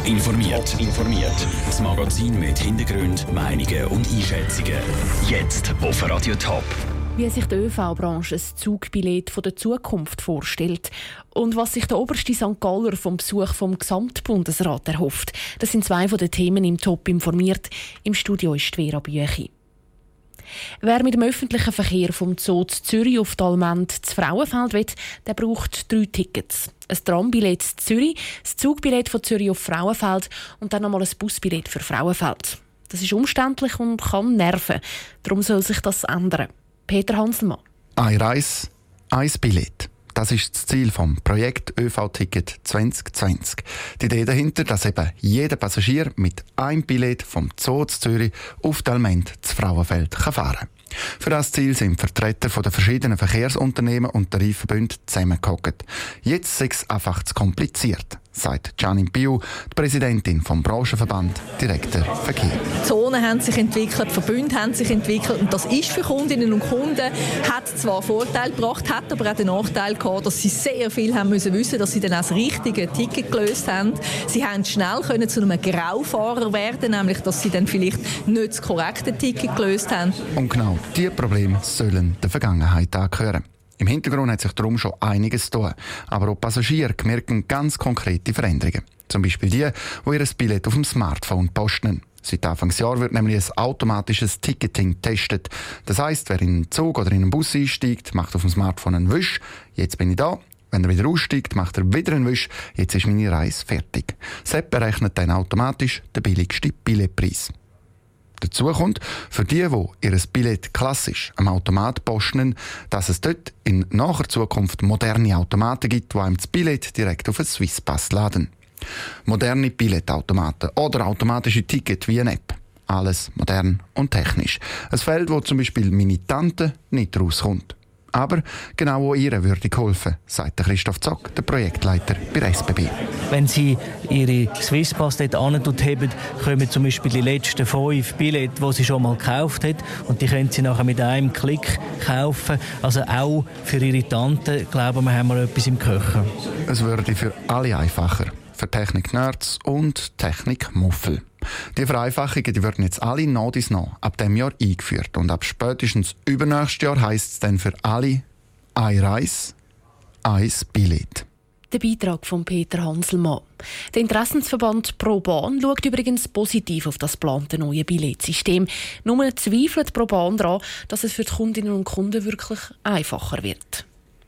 informiert. Das Magazin mit Hintergrund, Meinungen und Einschätzungen. Jetzt auf Radio Top. Wie sich die ÖV-Branche ein Zugbillett der Zukunft vorstellt und was sich der oberste St. Galler vom Besuch vom Gesamtbundesrat erhofft. Das sind zwei von den Themen im Top informiert. Im Studio ist Vera Büchi. Wer mit dem öffentlichen Verkehr vom Zoo Zürich auf die Allmend zu Frauenfeld will, der braucht 3 Tickets. Ein Trambillett zu Zürich, das Zugbillett von Zürich auf Frauenfeld und dann nochmal ein Busbillett für Frauenfeld. Das ist umständlich und kann nerven. Darum soll sich das ändern. Peter Hanselmann. Eine Reise, ein Billett. Das ist das Ziel vom Projekt ÖV-Ticket 2020. Die Idee dahinter, dass eben jeder Passagier mit einem Billett vom Zoo Zürich auf die Allmend zu Frauenfeld fahren kann. Für das Ziel sind Vertreter der verschiedenen Verkehrsunternehmen und Tarifverbünde zusammengehockt. Jetzt ist es einfach zu kompliziert, sagt Janine Piu, die Präsidentin vom Branchenverband Direkter Verkehr. Die Zonen haben sich entwickelt, die Verbünde haben sich entwickelt und das ist für Kundinnen und Kunden, hat zwar Vorteile gebracht, hat aber auch den Nachteil gehabt, dass sie sehr viel haben müssen wissen, dass sie dann auch das richtige Ticket gelöst haben. Sie haben schnell können zu einem Graufahrer werden, nämlich dass sie dann vielleicht nicht das korrekte Ticket gelöst haben. Und genau diese Probleme sollen der Vergangenheit angehören. Im Hintergrund hat sich darum schon einiges getan. Aber auch Passagiere merken ganz konkrete Veränderungen. Zum Beispiel die ihr Billett auf dem Smartphone posten. Seit Anfangsjahr wird nämlich ein automatisches Ticketing getestet. Das heisst, wer in einen Zug oder in einen Bus einsteigt, macht auf dem Smartphone einen Wisch. Jetzt bin ich da. Wenn er wieder aussteigt, macht er wieder einen Wisch. Jetzt ist meine Reise fertig. Sepp berechnet dann automatisch den billigsten Billetpreis. Dazu kommt, für die ihr Billett klassisch am Automat posten, dass es dort in naher Zukunft moderne Automaten gibt, die einem das Billett direkt auf einen Swisspass laden. Moderne Billetautomaten oder automatische Tickets wie eine App. Alles modern und technisch. Ein Feld, wo zum Beispiel meine Tante nicht rauskommt. Aber genau auch ihr würde geholfen, sagt Christoph Zock, der Projektleiter bei SBB. Wenn Sie Ihre Swisspass dort anheben, kommen zum Beispiel die letzten 5 Billette, die Sie schon mal gekauft haben. Und die können Sie nachher mit einem Klick kaufen. Also auch für Ihre Tante, glauben wir, haben wir etwas im Köcher. Es würde für alle einfacher. Für Technik-Nerds und Technik-Muffel. Die Vereinfachungen werden jetzt alle nach dies nach ab diesem Jahr eingeführt. Und ab spätestens übernächstes Jahr heisst es dann für alle eine Reise, ein Billett. Der Beitrag von Peter Hanselmann. Der Interessensverband ProBahn schaut übrigens positiv auf das geplante neue Billettsystem. Nur zweifelt ProBahn daran, dass es für die Kundinnen und Kunden wirklich einfacher wird.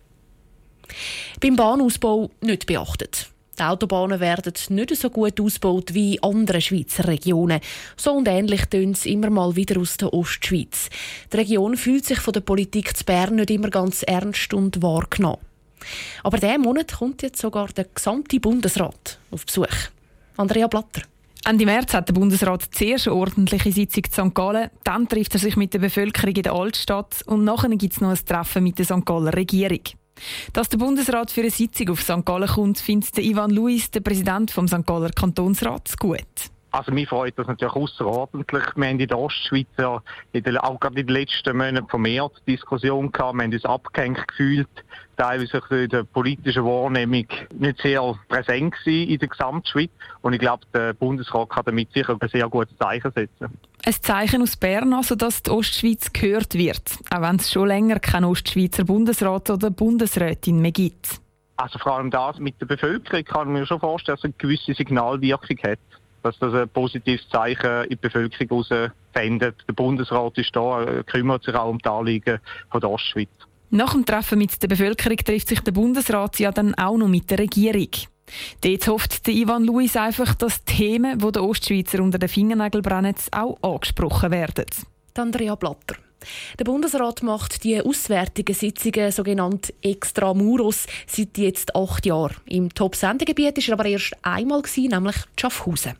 Beim Bahnausbau nicht beachtet. Die Autobahnen werden nicht so gut ausgebaut wie in anderen Schweizer Regionen. So und ähnlich tönt es immer mal wieder aus der Ostschweiz. Die Region fühlt sich von der Politik zu Bern nicht immer ganz ernst und wahrgenommen. Aber diesen Monat kommt jetzt sogar der gesamte Bundesrat auf Besuch. Andrea Blatter. Ende März hat der Bundesrat zuerst eine ordentliche Sitzung in St. Gallen. Dann trifft er sich mit der Bevölkerung in der Altstadt. Und nachher gibt es noch ein Treffen mit der St. Galler Regierung. Dass der Bundesrat für eine Sitzung auf St. Gallen kommt, findet Ivan Luis, der Präsident vom St. Galler Kantonsrats, gut. Also mich freut das natürlich außerordentlich. Wir haben in der Ostschweiz ja auch gerade in den letzten Monaten vermehrt Diskussionen gehabt. Wir haben uns abgehängt gefühlt, teilweise in der politischen Wahrnehmung nicht sehr präsent gewesen in der Gesamtschweiz. Und ich glaube, der Bundesrat kann damit sicher ein sehr gutes Zeichen setzen. Ein Zeichen aus Bern, also dass die Ostschweiz gehört wird, auch wenn es schon länger keinen Ostschweizer Bundesrat oder Bundesrätin mehr gibt. Also vor allem das mit der Bevölkerung kann man mir schon vorstellen, dass es eine gewisse Signalwirkung hat. Dass das ein positives Zeichen in die Bevölkerung heraussendet. Der Bundesrat ist da, kümmert sich auch um die Anliegen von der Ostschweiz. Nach dem Treffen mit der Bevölkerung trifft sich der Bundesrat ja dann auch noch mit der Regierung. Dort hofft der Ivan Luis einfach, dass Themen, die den Ostschweizer unter den Fingernägeln brennen, auch angesprochen werden. Andrea Blatter. Der Bundesrat macht die auswärtigen Sitzungen, sogenannt Extramuros, seit jetzt 8 Jahren. Im Top-Sendegebiet war er aber erst einmal, nämlich Schaffhausen.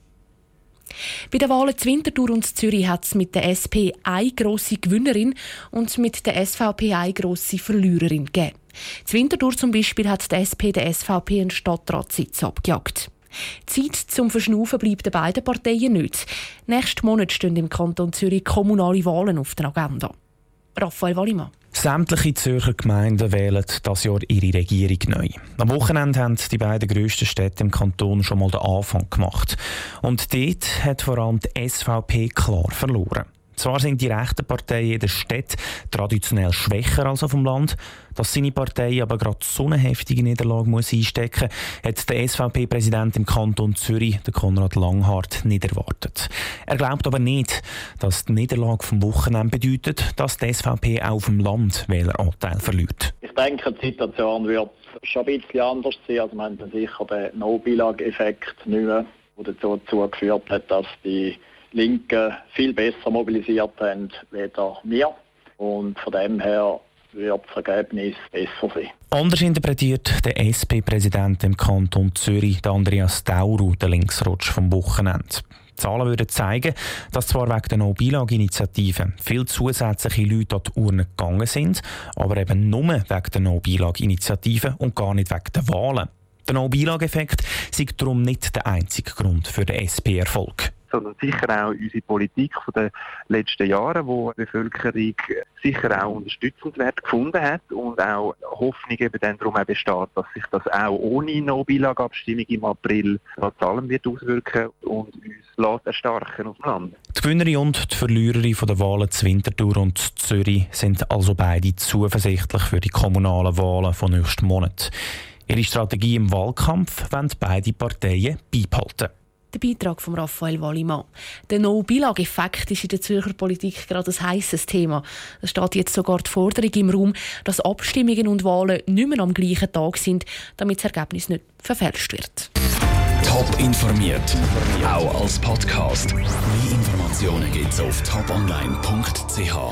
Bei den Wahlen zu Winterthur und zu Zürich hat es mit der SP eine grosse Gewinnerin und mit der SVP eine grosse Verliererin gegeben. Zu Winterthur zum Beispiel hat die SP der SVP einen Stadtratssitz abgejagt. Zeit zum Verschnaufen bleibt den beiden Parteien nicht. Nächsten Monat stehen im Kanton Zürich kommunale Wahlen auf der Agenda. Raphael Wallimann. Sämtliche Zürcher Gemeinden wählen dieses Jahr ihre Regierung neu. Am Wochenende haben die beiden grössten Städte im Kanton schon mal den Anfang gemacht. Und dort hat vor allem die SVP klar verloren. Zwar sind die rechten Parteien in der Stadt traditionell schwächer als auf dem Land. Dass seine Partei aber gerade so eine heftige Niederlage muss einstecken muss, hat der SVP-Präsident im Kanton Zürich, der Konrad Langhart, nicht erwartet. Er glaubt aber nicht, dass die Niederlage vom Wochenende bedeutet, dass die SVP auch auf dem Land Wähleranteil verliert. Ich denke, die Situation wird schon ein bisschen anders sein. Also wir haben dann sicher den No-Bilag-Effekt nicht mehr, der dazu geführt hat, dass die Linken viel besser mobilisiert haben als wir. Und von dem her wird das Ergebnis besser sein. Anders interpretiert der SP-Präsident im Kanton Zürich, Andreas Dauru, den Linksrutsch vom Wochenende. Die Zahlen würden zeigen, dass zwar wegen der No-Bilag-Initiative viele zusätzliche Leute an die Urne gegangen sind, aber eben nur wegen der No-Bilag-Initiative und gar nicht wegen der Wahlen. Der No-Bilag-Effekt sei darum nicht der einzige Grund für den SP-Erfolg. Sondern sicher auch unsere Politik von den letzten Jahren, wo die Bevölkerung sicher auch unterstützenswert gefunden hat und auch Hoffnung eben dann darum auch besteht, dass sich das auch ohne No-Bilag-Abstimmung im April trotz allem wird auswirken und uns erstarken auf dem Land. Die Gewinnerin und die Verliererin der Wahlen zu Winterthur und Zürich sind also beide zuversichtlich für die kommunalen Wahlen von nächsten Monat. Ihre Strategie im Wahlkampf wollen beide Parteien beibehalten. Der Beitrag von Raphael Wallimann. Der No-Bilag-Effekt ist in der Zürcher Politik gerade ein heisses Thema. Es steht jetzt sogar die Forderung im Raum, dass Abstimmungen und Wahlen nicht mehr am gleichen Tag sind, damit das Ergebnis nicht verfälscht wird. Top informiert, auch als Podcast. Mehr Informationen gibt's auf toponline.ch.